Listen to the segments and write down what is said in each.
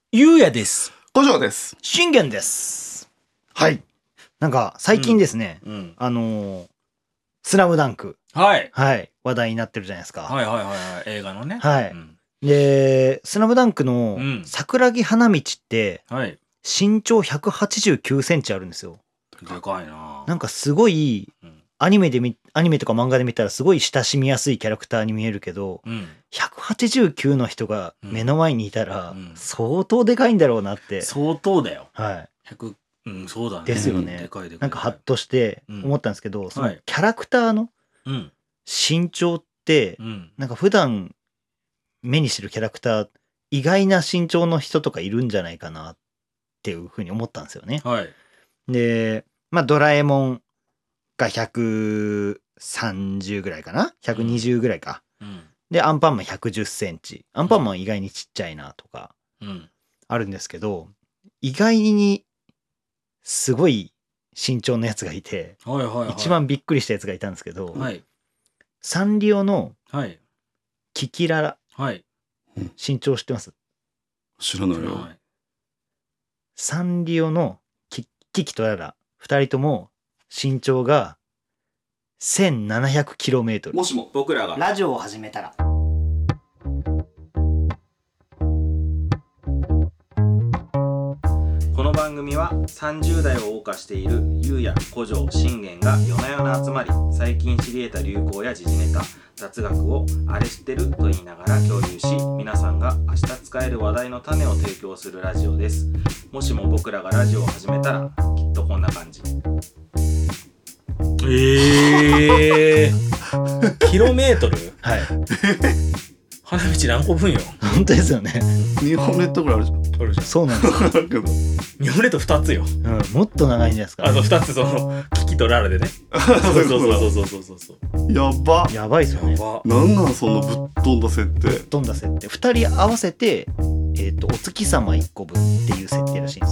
ゆうやです。 古城です。 信玄です。はい。なんか最近ですね、スラムダンク、 はい。 話題になってるじゃないですか。 はいはいはいはい、映画のね。 はい。で、スラムダンクの桜木花道って、身長189センチあるんですよ。 でかいな。 なんかすごい、アニメとか漫画で見たらすごい親しみやすいキャラクターに見えるけど、189の人が目の前にいたら相当でかいんだろうなって。 相当だよ。 はい。 そうだね。 ですよね。 でかいでかい。 なんかハッとして思ったんですけど、そのキャラクターの身長って、なんか普段目にしてるキャラクター、意外な身長の人とかいるんじゃないかなっていうふうに思ったんですよね。 はい。 で、まあドラえもんが130ぐらいかな ?120 ぐらいか。で、アンパンマン110センチ。アンパンマン意外にちっちゃいなとか、あるんですけど、意外にすごい身長のやつがいて、一番びっくりしたやつがいたんですけど、サンリオのキキララ、身長知ってます？ 知らないよ。 サンリオのキキとララ、二人とも身長が 1700km。 もしも僕らがラジオを始めたら。 この番組は30代を謳歌しているゆうや古城信玄が夜な夜な集まり、最近知り得た流行や時事ネタ、雑学をあれ知ってると言いながら共有し、皆さんが明日使える話題の種を提供するラジオです。もしも僕らがラジオを始めたら、きっとこんな感じ。キロメートル？ はい。 花道何個分よ。 本当ですよね。 日本列島ぐらいあるじゃん。 あるじゃん。そうなんですよ。 日本列島2つよ。 もっと長いんじゃないですか。 2つそのキキとララでね。そう。 やばいですよね。 なんそのぶっ飛んだ設定。 2人合わせてお月様1個分っていう設定らしいん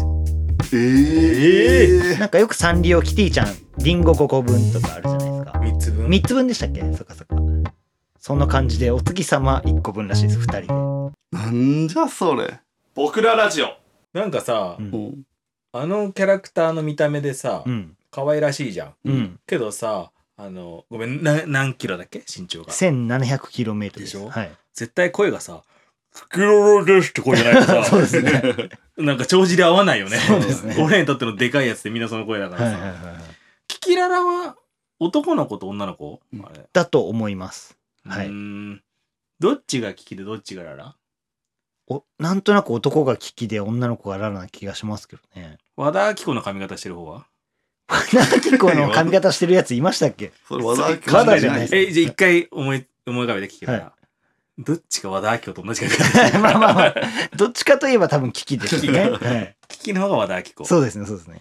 ですよ。なんかよくサンリオキティちゃんリンゴ5個分とかあるじゃないですか。3つ分でしたっけ？そっか。そんな感じでお月様1個分らしいです、2人で。 なんじゃそれ。 僕らラジオ。なんかさ、あのキャラクターの見た目でさ、可愛らしいじゃん。けどさ、ごめん、何キロだっけ身長が。 1700km でしょ？ はい。 絶対声がさ、キロロですって声じゃないとさ、 そうですね。 なんか帳尻合わないよね。 そうですね。 俺にとってのでかいやつってみんなその声だからさ。キキララは男の子と女の子？あれだと思います。はい。 どっちがキキでどっちがララ？ なんとなく男がキキで女の子がララな気がしますけどね。 和田アキ子の髪型してる方は？ 和田アキ子の髪型してるやついましたっけ？ それ和田アキ子じゃないですか。 じゃあ一回思い浮かべてキキララ。どっちが和田アキ子と同じか。 まあ。どっちかといえば多分キキですね。 キキの方が和田アキ子。 そうですね。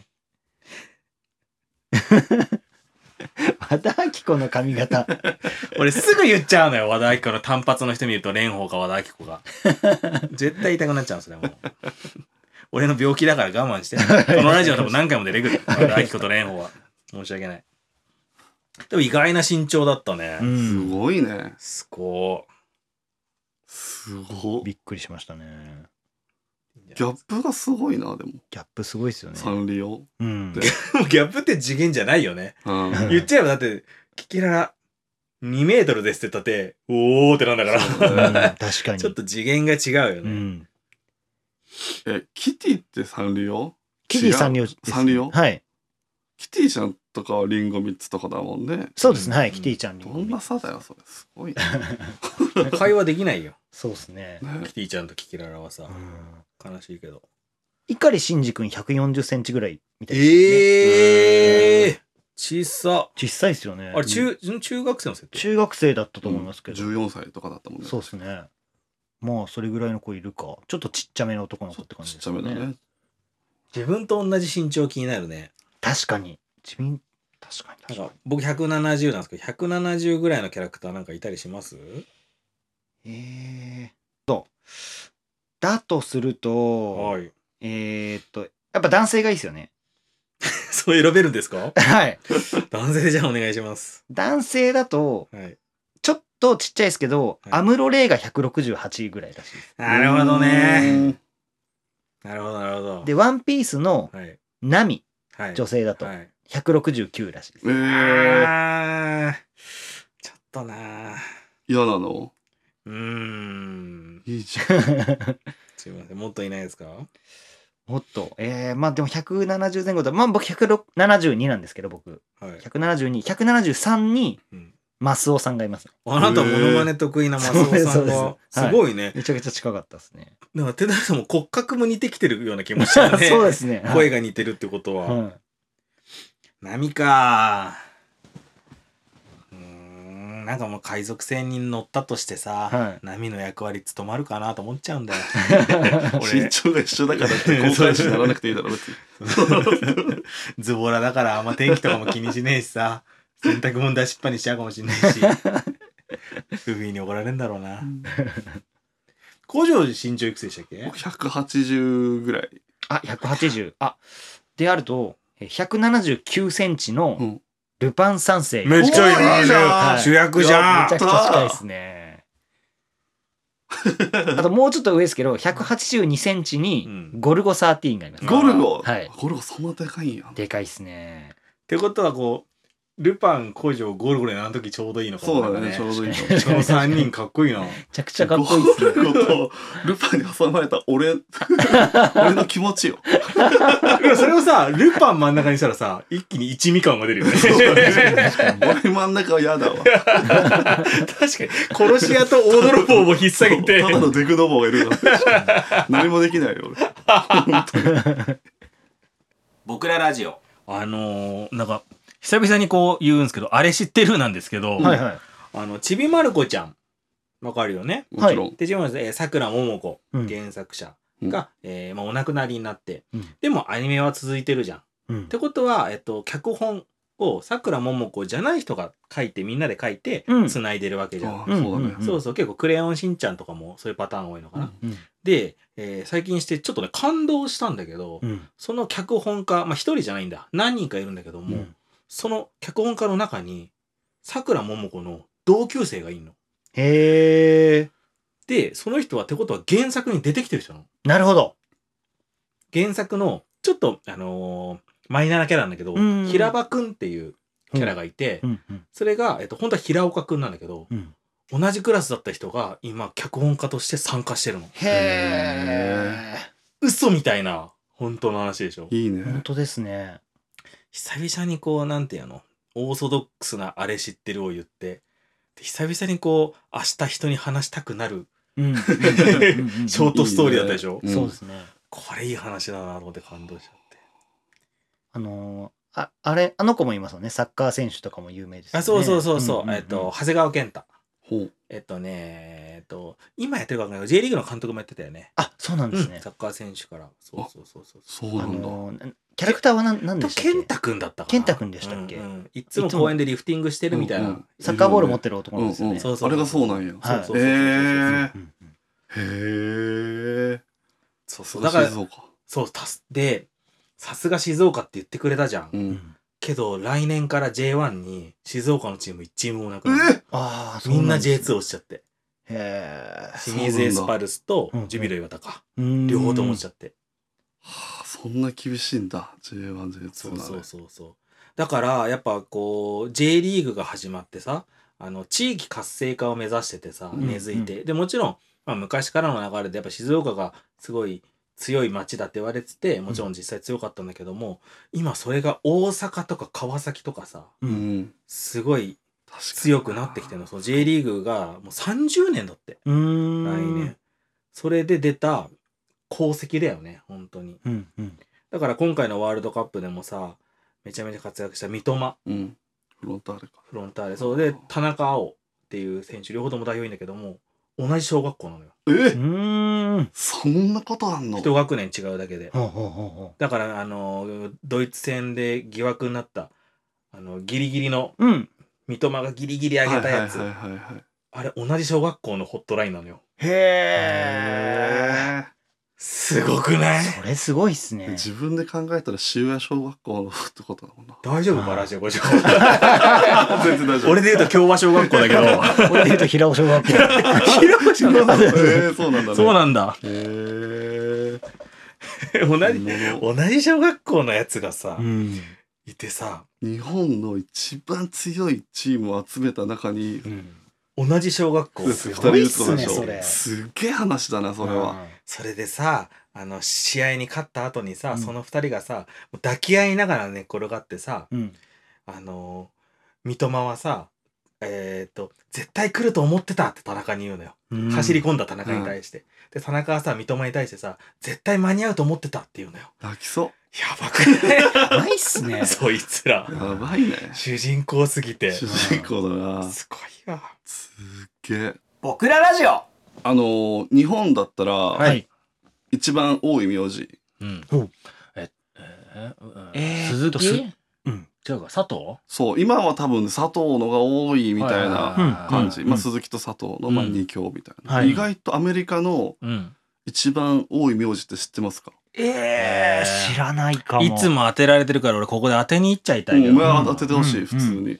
和田アキ子の髪型。 俺すぐ言っちゃうのよ。和田アキ子の単発の人見ると蓮舫か和田アキ子が。絶対言いたくなっちゃうんですよ、もう。俺の病気だから我慢して。このラジオ多分何回も出てくる。和田アキ子と蓮舫は。申し訳ない。でも意外な身長だったね。 すごいね。 すごい。 びっくりしましたね。 ギャップがすごいな、でも。 ギャップすごいですよね。 サンリオ。 ギャップって次元じゃないよね。言っちゃえばだって、キキララ2メートルですって言ったって、おーってなんだから。 確かに。 ちょっと次元が違うよね。 キティってサンリオ？ キティサンリオ。 サンリオ？ はい。 キティちゃんとかはリンゴ3つとかだもんね。 そうですね。はい。キティちゃんリンゴ。 どんな差だよ、それ。すごいね。会話できないよ。 そうですね。 キティちゃんとキキララはさ。悲しいけど。 碇シンジ君140センチぐらいみたいですね。 小さいですよね。 あれ中学生の設定？ 中学生だったと思いますけど。 14歳とかだったもんね。 そうですね。まあそれぐらいの子いるか。ちょっとちっちゃめの男の子って感じですね。 ちっちゃめだね。 自分と同じ身長気になるね。 確かに。なんか僕170なんですけど、170ぐらいのキャラクターなんかいたりします？ だとすると、やっぱ男性がいいですよね。 そう選べるんですか？ はい。 男性じゃあお願いします。 男性だと、ちょっとちっちゃいですけど、安室レイが168ぐらいらしいです。 なるほどね。 なるほどなるほど。 でワンピースのはいナミ、 はい、 女性だとはい、 169らしいです。 あーちょっとな嫌なの？いいじゃん。 すいません、もっといないですか？ もっとまあでも170前後だ。まあ僕172なんですけど、僕はい、 173にうんマスオさんがいますね。 あなたモノマネ得意なマスオさんそうがですすごいね。 めちゃくちゃ近かったですね。 だから手だれさんも骨格も似てきてるような気もしたね。 そうですね。 声が似てるってことは。 はい波かなんかもう海賊船に乗ったとしてさ、 はい波の役割務まるかなと思っちゃうんだよ。 身長が一緒だからって交換手にならなくていいだろ別に。 ズボラだからあんま天気とかも気にしねえしさ、洗濯物出しっぱにしちゃうかもしんないし、ルフィに怒られるんだろうな。工場身長いくつでしたっけ 180ぐらい。 あ、180。あ、であると、179センチのうん。 ルパン三世。 めっちゃいいおーいいじゃんはい主役じゃんめちゃくちゃ近いですね。あともうちょっと上ですけど、182センチにゴルゴ13がいます。 ゴルゴ。 はいゴルゴそんなでかいんや。 でかいっすね。 ってことはこうルパン、工場、ゴルゴであの時ちょうどいいのかもそうだね、ちょうどいいの。 その3人かっこいいな。 めちゃくちゃかっこいいっすね。 ゴルゴとルパンに挟まれた俺の気持ちよ。 でもそれをさ、ルパン真ん中にしたらさ、一気に一味感が出るよね。 俺真ん中は嫌だわ。 確かに、殺し屋と大泥棒を引っ提げて。 ただのデクノボーがいるの。何もできないよ、俺。 僕らラジオ。なんか、久々にこう言うんですけど、あれ知ってるなんですけど、 はいはい。 ちびまる子ちゃん、わかるよね。 もちろん。 で、ちびまる子さくらももこ、 うん原作者が、まあ、お亡くなりになって、 うんでもアニメは続いてるじゃん。 うんってことは、脚本をさくらももこじゃない人が書いて、みんなで書いてうん、 繋いでるわけじゃん。 ああ、そうだね。 うんそうそう、結構クレヨンしんちゃんとかもそういうパターン多いのかな。 うんで、最近してちょっとね、感動したんだけど、 うんその脚本家、まあ一人じゃないんだ。何人かいるんだけども、 うんその脚本家の中に、さくらももこの同級生がいんの。 へえ。 で、その人はってことは原作に出てきてる人なの。 なるほど。 原作の、ちょっと、マイナーなキャラなんだけど、 うん平場くんっていうキャラがいて、 うんうんそれが、本当は平岡くんなんだけど、 うん同じクラスだった人が今、脚本家として参加してるの。 へえ。 嘘みたいな、本当の話でしょ。 いいね。 本当ですね。 久々にこう、なんていうの、オーソドックスなあれ知ってるを言って、で久々にこう、明日人に話したくなるうん。 ショートストーリーだったでしょ。 いいねそうですね。 これいい話だなと思って感動しちゃって。 あれ、あの子もいますよね。サッカー選手とかも有名ですよね。 あ、そうそうそうそう。 んんん長谷川健太。 ほう。 今やってるかわかんないけど、J リーグの監督もやってたよね。 あ、そうなんですね。 サッカー選手から。そうそうそうそう。 そうなんだ。 キャラクターは何でしたっけ？ 健太くんだったかな。 健太くんでしたっけ？ いつも公園でリフティングしてるみたいな。 サッカーボール持ってる男の子ですよね。 そうそうあれがそうなんや。 はいそうそうそうそう。 へうんうんえ。 そうそう。だから、 静岡。 そう、で、さすが静岡って言ってくれたじゃん。 うんけど、来年から J1 に静岡のチーム1チームもなくなる。 ああ、そうみんなですね J2 落ちちゃって。 へ清水エスパルスとうんジュビロ磐田か。 え。 両方とも落ちちゃって。 はあ、そんな厳しいんだ。J1、J2 そうそうなら。 そうそう。だから、やっぱこう、J リーグが始まってさ、地域活性化を目指しててさ、 うん根付いて。で、もちろん、まあ、昔からの流れで、やっぱ静岡がすごい強い町だって言われてて、もちろん実際強かったんだけども、今それが大阪とか川崎とかさ、 ううんん。 すごい確かに強くなってきてるの。その J リーグがもう30年だって、来年。それで出た功績だよね、本当に。 うんうんだから今回のワールドカップでもさ、めちゃめちゃ活躍した三笘、 うん。フロンターレか。 フロンターレ。そうで、田中碧っていう選手、両方とも代表いいんだけども、同じ小学校なのよ。 そんなことあんの？ 一学年違うだけで。 ほうほうほうほだから、ドイツ戦で疑惑になった、ギリギリの、 う。うん。 三笘がギリギリ上げたやつ。 はいはいはいはい。 あれ、同じ小学校のホットラインなのよ。 へえ。 すごくない？ それすごいっすね。 自分で考えたら塩谷小学校のってことだもんな。 大丈夫かラジオ5時全然大丈夫。 俺で言うと共和小学校だけど。 俺で言うと平尾小学校。 広島小学校。 そうなんだね。 そうなんだ。 へえ。 同じ小学校のやつがさ、いてさ、 日本の一番強いチームを集めた中に、 同じ小学校 2人いるってことでしょ。 すごいっすねそれ。 すっげえ話だなそれは。 それでさ、試合に勝った後にさ、その2人がさ抱き合いながら寝転がってさ、三笘はさ、絶対来ると思ってたって田中に言うのよ。走り込んだ田中に対して。で、田中はさ、三笘に対してさ、絶対間に合うと思ってたって言うのよ。 泣きそう。 やばくない？ やばいっすね。 そいつら。 やばいね。 主人公すぎて。 主人公だな。 すごいわ。 すっげえ。 僕らラジオ。 日本だったら、 はい。 一番多い名字。 鈴木？違うか、佐藤？ そう、今は多分佐藤のが多いみたいな感じ。鈴木と佐藤の二強みたいな。意外とアメリカの一番多い名字って知ってますか？ 知らないかも。 いつも当てられてるから俺ここで当てに行っちゃいたいけど。 お前は当ててほしい、普通に。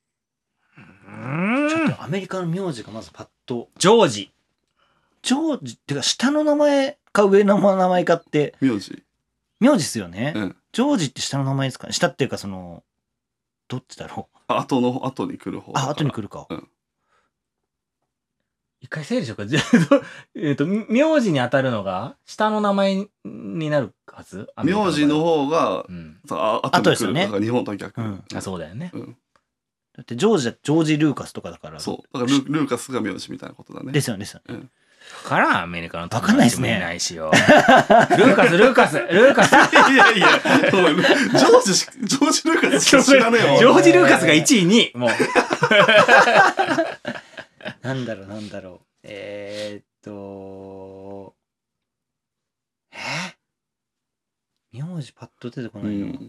ちょっとアメリカの名字がまずパッと。 ジョージってか下の名前か上の名前かって。名字っすよね。ジョージって下の名前ですかね。下っていうかどっちだろう。後に来る方。 後に来るか。 一回整理しようか。名字に当たるのが下の名前になるはず。 名字の方が後に来る。だから日本と逆。 そうだよね。 だってジョージ・ルーカスとかだから。 そう。だからルーカスが名字みたいなことだね。 ですよね。 からアメリカの友達もいないしよ。ルーカス。いやいや、ジョージ・ルーカス知らねえよ。 ジョージ・ルーカスが1位に、もう。 なんだろう。名字パッと出てこないの。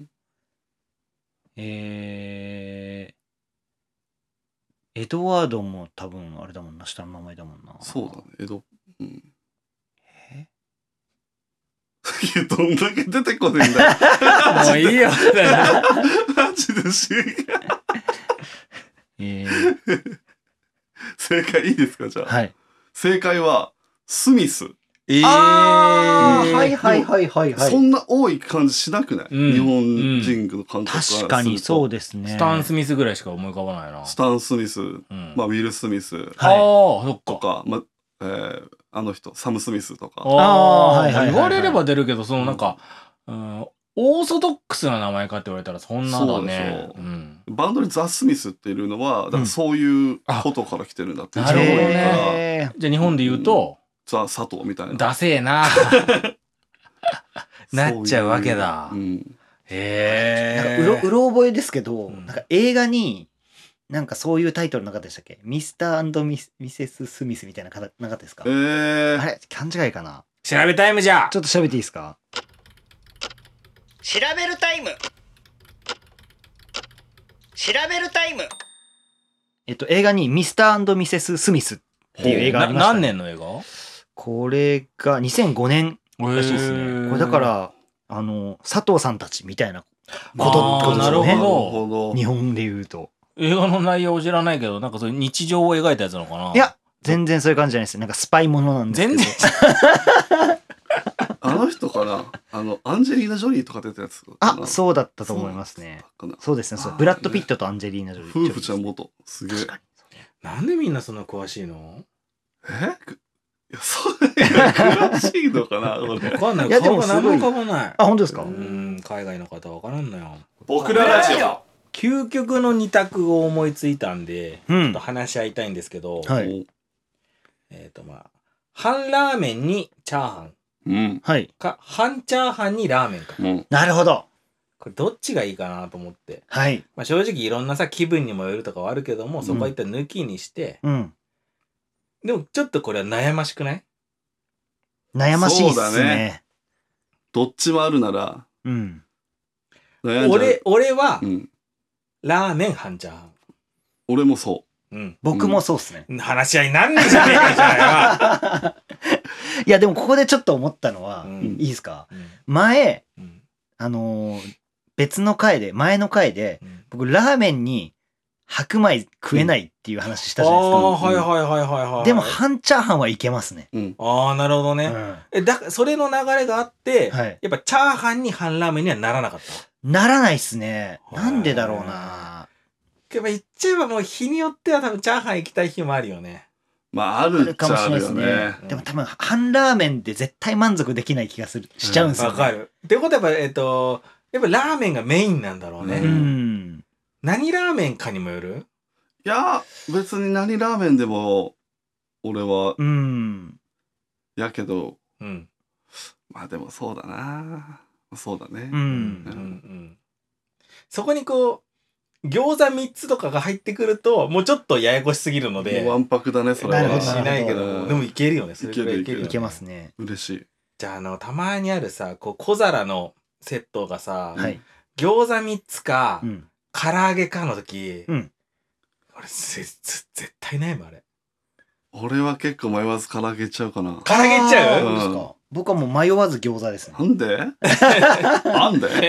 エドワードも多分あれだもんな、下の名前だもんな。 そうだね、どんだけ出てこねえんだよ。 もういいよ。 マジで正解いいですか、じゃあ。はい。正解は、スミス。 はい。 そんな多い感じしなくない？日本人の感覚は。 確かにそうですね。 スタン・スミスぐらいしか思い浮かばないな。 スタン・スミス、ウィル・スミス。 とか、あの人、サム・スミスとか。 言われれば出るけど、なんか、オーソドックスな名前かって言われたらそんなだね。 バンドにザ・スミスっているのは、だからそういうことから来てるんだって。 なるほどね。じゃあ日本で言うと、 ザ・佐藤みたいな。 ダセえな。なっちゃうわけだ。 へえ。うろ覚えですけど、なんか映画に、なんかそういうタイトルなかったでしたっけ？ミスター&ミセス・スミスみたいななかったですか？あれ勘違いかな？ 調べタイムじゃ。 ちょっと調べていいですか？調べるタイム。映画にミスター&ミセス・スミスっていう映画ありましたね。 何年の映画？ これが2005年らしいですね。これだから佐藤さんたちみたいなことってことですよね。 なるほど。 日本で言うと。 映画の内容を知らないけど、なんかそういう日常を描いたやつなのかな？ いや、全然そういう感じじゃないです。なんかスパイものなんですけど。 全然。 あの人かな、アンジェリーナ・ジョリーとか出たやつ。 そうだったと思いますね。そうですね。ブラッド・ピットとアンジェリーナ・ジョリー。 夫婦ちゃん元。すげえ。 なんでみんなそんな詳しいの？ いや、そう詳しいのかな。 わかんない。顔が何も浮かばない。 本当ですか？ 海外の方わからんのよ。 僕らラジオ。 究極の二択を思いついたんで、ちょっと話し合いたいんですけど、半ラーメンにチャーハンか、半チャーハンにラーメンか。 なるほど。 これどっちがいいかなと思って。 正直いろんなさ気分にもよるとかはあるけども、そこは一旦抜きにして、でもちょっとこれは悩ましくない？ 悩ましいっすね。 どっちもあるなら、 俺は、ラーメン半チャーハン。 俺もそう。 僕もそうっすね。 話し合いなんねえじゃねえかじゃないわ。 いやでもここでちょっと思ったのは、いいですか？前、前の回で、僕ラーメンに白米食えないっていう話したじゃないですか。 はいはいはいはいはい。 でも半チャーハンはいけますね。 ああ、なるほどね。それの流れがあって、やっぱチャーハンに半ラーメンにはならなかった。 ならないっすね。なんでだろうな。 やっぱ言っちゃえばもう日によっては多分チャーハン行きたい日もあるよね。 まああるかもしれないですね。 でも多分半ラーメンで絶対満足できない気がしちゃうんですよ。 わかる。ってことはやっぱラーメンがメインなんだろうね。何ラーメンかにもよる？ いや別に何ラーメンでも俺はやけど、まあでもそうだな。そうだね。 そこにこう餃子3つとかが入ってくるともうちょっとややこしすぎるのでわんぱくだねそれは。 しないけどでもいけるよね。それぐらいいけるよね。 いけますね。 嬉しい。 じゃあたまにあるさこう小皿のセットがさ、餃子3つか、唐揚げかの時、俺絶対ないもんあれ。 俺は結構迷わず唐揚げいっちゃうかな。 唐揚げいっちゃう？ 僕はもう迷わず餃子ですね。 なんで？なんで？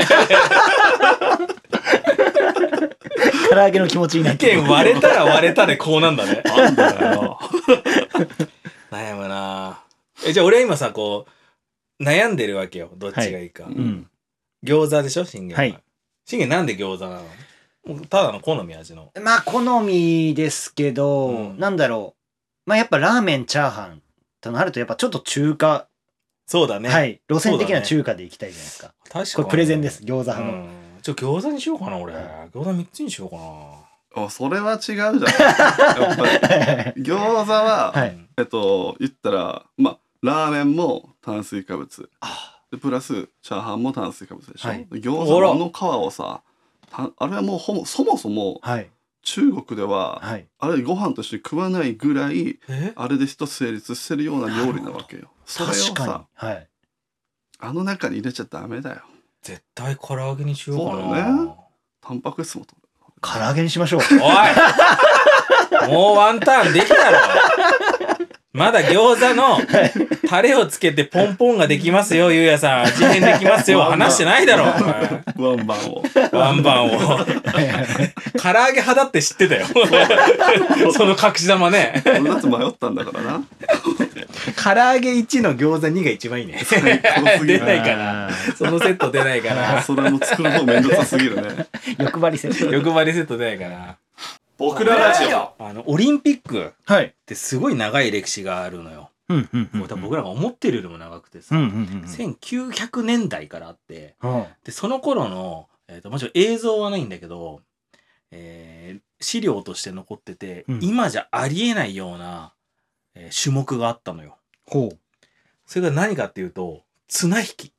唐揚げの気持ちになって。 意見割れたら割れたでこうなんだね。なんだよ。悩むな。じゃあ俺は今さこう悩んでるわけよ。どっちがいいか。餃子でしょ信玄は。信玄なんで餃子なの？ただの好み味の。 まあ好みですけど、なんだろう。まあやっぱラーメンチャーハンとなるとやっぱちょっと中華。 そうだね。 はい。路線的な中華でいきたいじゃないですか。 確かに。 これプレゼンです。餃子派の。 餃子にしようかな俺。餃子3つにしようかな。 それは違うじゃん。やっぱり餃子は、言ったらまあラーメンも炭水化物でプラスチャーハンも炭水化物でしょ。餃子の皮をさあれはもうそもそも中国ではあれご飯として食わないぐらいあれで一つ成立してるような料理なわけよ。それをさあの中に入れちゃダメだよ。 絶対唐揚げにしようかな。 そうだね。タンパク質も取る。 唐揚げにしましょう。 おいもうワンターンできたろ。まだ餃子のタレをつけてポンポンができますよ、ゆうやさん。味変できますよ。話してないだろ。 ワンバンを。 ワンバンを。唐揚げ派だって知ってたよ。その隠し玉ね。 俺だって迷ったんだからな。 唐揚げ1の餃子2が一番いいね。出ないから。そのセット出ないから。 それも作る方めんどくさすぎるね。 欲張りセット。 欲張りセット出ないから。 僕らラジオ。 オリンピックってすごい長い歴史があるのよ。僕らが思ってるよりも長くてさ、1900年代からあって、でその頃の、もちろん映像はないんだけど、資料として残ってて、今じゃありえないような、種目があったのよ。それが何かっていうと綱引き。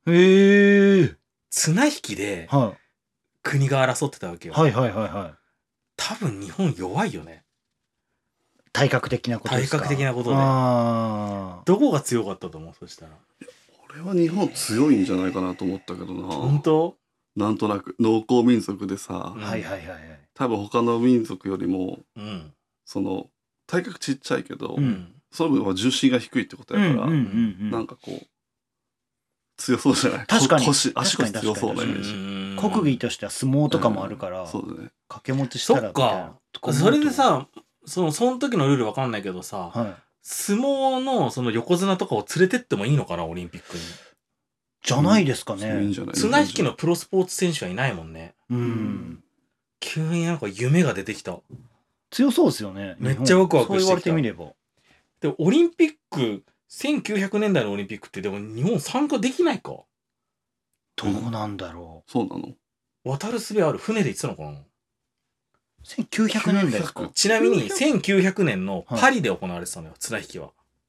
綱引きで国が争ってたわけよ。多分日本弱いよね。 体格的なことですか。 体格的なことで。どこが強かったと思う？そしたら。 俺は日本強いんじゃないかなと思ったけどな。 本当？ なんとなく農耕民族でさ、多分他の民族よりも、その体格ちっちゃいけど、その分は重心が低いってことやから、なんかこう強そうじゃない？ 確かに足腰強そうなイメージ。 国技としては相撲とかもあるから、 そうだね。 掛け持ちしたらみたいな。 それでさ、その時のルールわかんないけどさ、相撲のその横綱とかを連れてってもいいのかな、オリンピックに。 じゃないですかね。 綱引きのプロスポーツ選手はいないもんね。急になんか夢が出てきた。 強そうですよね。 めっちゃワクワクしてきた。 そう言われてみれば。 でもオリンピック、1900年代のオリンピックってでも日本参加できないか？ どうなんだろう。そうなの？ 渡る術ある？船で行ってたのかな ？1900年代ですか？ ちなみに1900年のパリで行われてたのよ、綱引きは。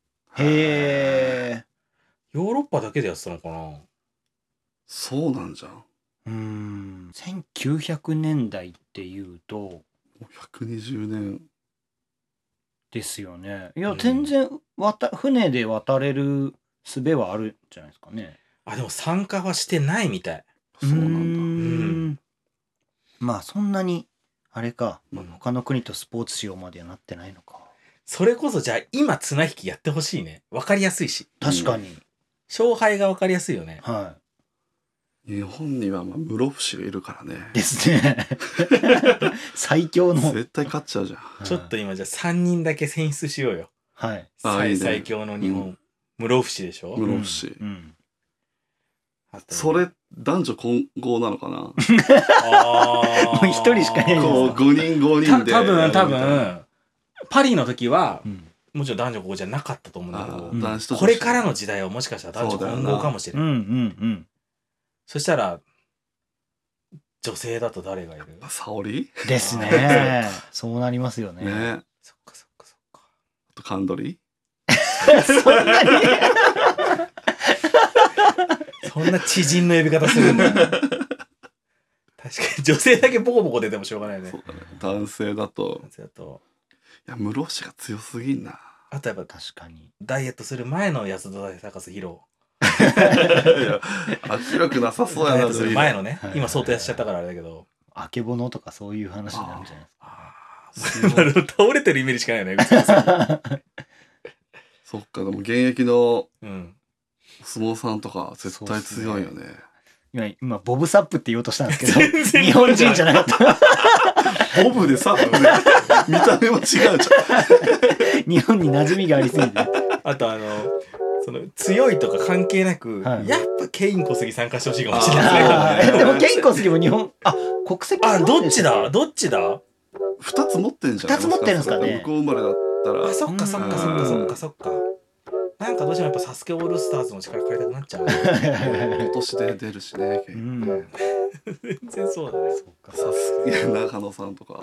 へえ。 ヨーロッパだけでやってたのかな？ そうなんじゃん。 1900年代っていうと 120年ですよね。いや、全然船で渡れる術はあるんじゃないですかね。 でも参加はしてないみたい。 そうなんだ。 まあそんなにあれか、他の国とスポーツしようまではなってないのか。 それこそじゃあ今綱引きやってほしいね。わかりやすいし。 確かに。 勝敗がわかりやすいよね。 日本には室伏がいるからね。 ですね。最強の。 絶対勝っちゃうじゃん。 ちょっと今じゃあ3人だけ選出しようよ。 はい。 最強の日本。室伏でしょ。 室伏。 それ男女混合なのかな。 もう一人しかいないんですか。 5人5人で。 多分パリの時は、もちろん男女混合じゃなかったと思うんだけど、これからの時代はもしかしたら男女混合かもしれない。そしたら女性だと誰がいる？ 沙織ですね。そうなりますよね。 ね。 そっか。 あとカンドリ。 そんなにそんな知人の呼び方するんだ。確かに女性だけボコボコ出てもしょうがないね。 そうだね。男性だと。いや室伏が強すぎんな。 あとやっぱ確かにダイエットする前の安田大サヒロ。 いや握力なさそうやな。ダイエットする前のね。今相当痩せちゃったからあれだけど。 あけぼのとかそういう話になるんじゃないですか。 倒れてるイメージしかないよね。 そっかでも現役の相撲さんとか絶対強いよね。 今ボブサップって言おうとしたんですけど日本人じゃなかった。 ボブでサップで見た目も違うじゃん。 日本に馴染みがありすぎて。 あとその強いとか関係なく、やっぱケイン小杉参加してほしいかもしれない。 でもケイン小杉も日本国籍どっちだ 2つ持ってんじゃん。 2つ持ってるんですかね。 向こう生まれだったら。 そっか。なんかどうしてもやっぱサスケオールスターズの力借りたくなっちゃう。 今年で出るしね。 全然そうだね。 長野さんとか。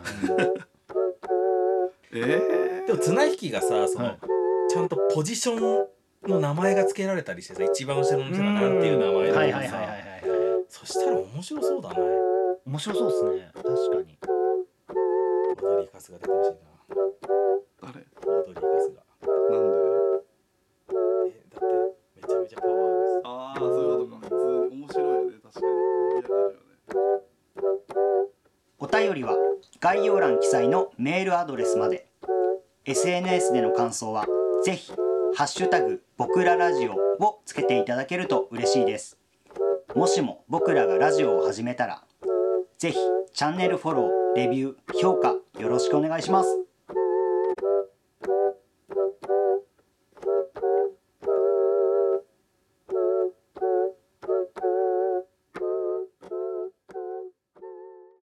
でも綱引きがさ、ちゃんとポジションの名前が付けられたりしてさ、一番後ろの人がなんていう名前でさ、そしたら面白そうだね。 面白そうですね。確かに。 オードリー・カスが出てほしいな。 誰？ オードリー・カスが。 なんで？ だってめちゃめちゃパワーあるし。 ああ、そういうことか。普通面白いよね。確かに盛り上がるよね。 お便りは概要欄記載のメールアドレスまで。SNS での感想はぜひハッシュタグ僕らラジオをつけていただけると嬉しいです。もしも僕らがラジオを始めたらぜひチャンネルフォロー、レビュー、評価よろしくお願いします。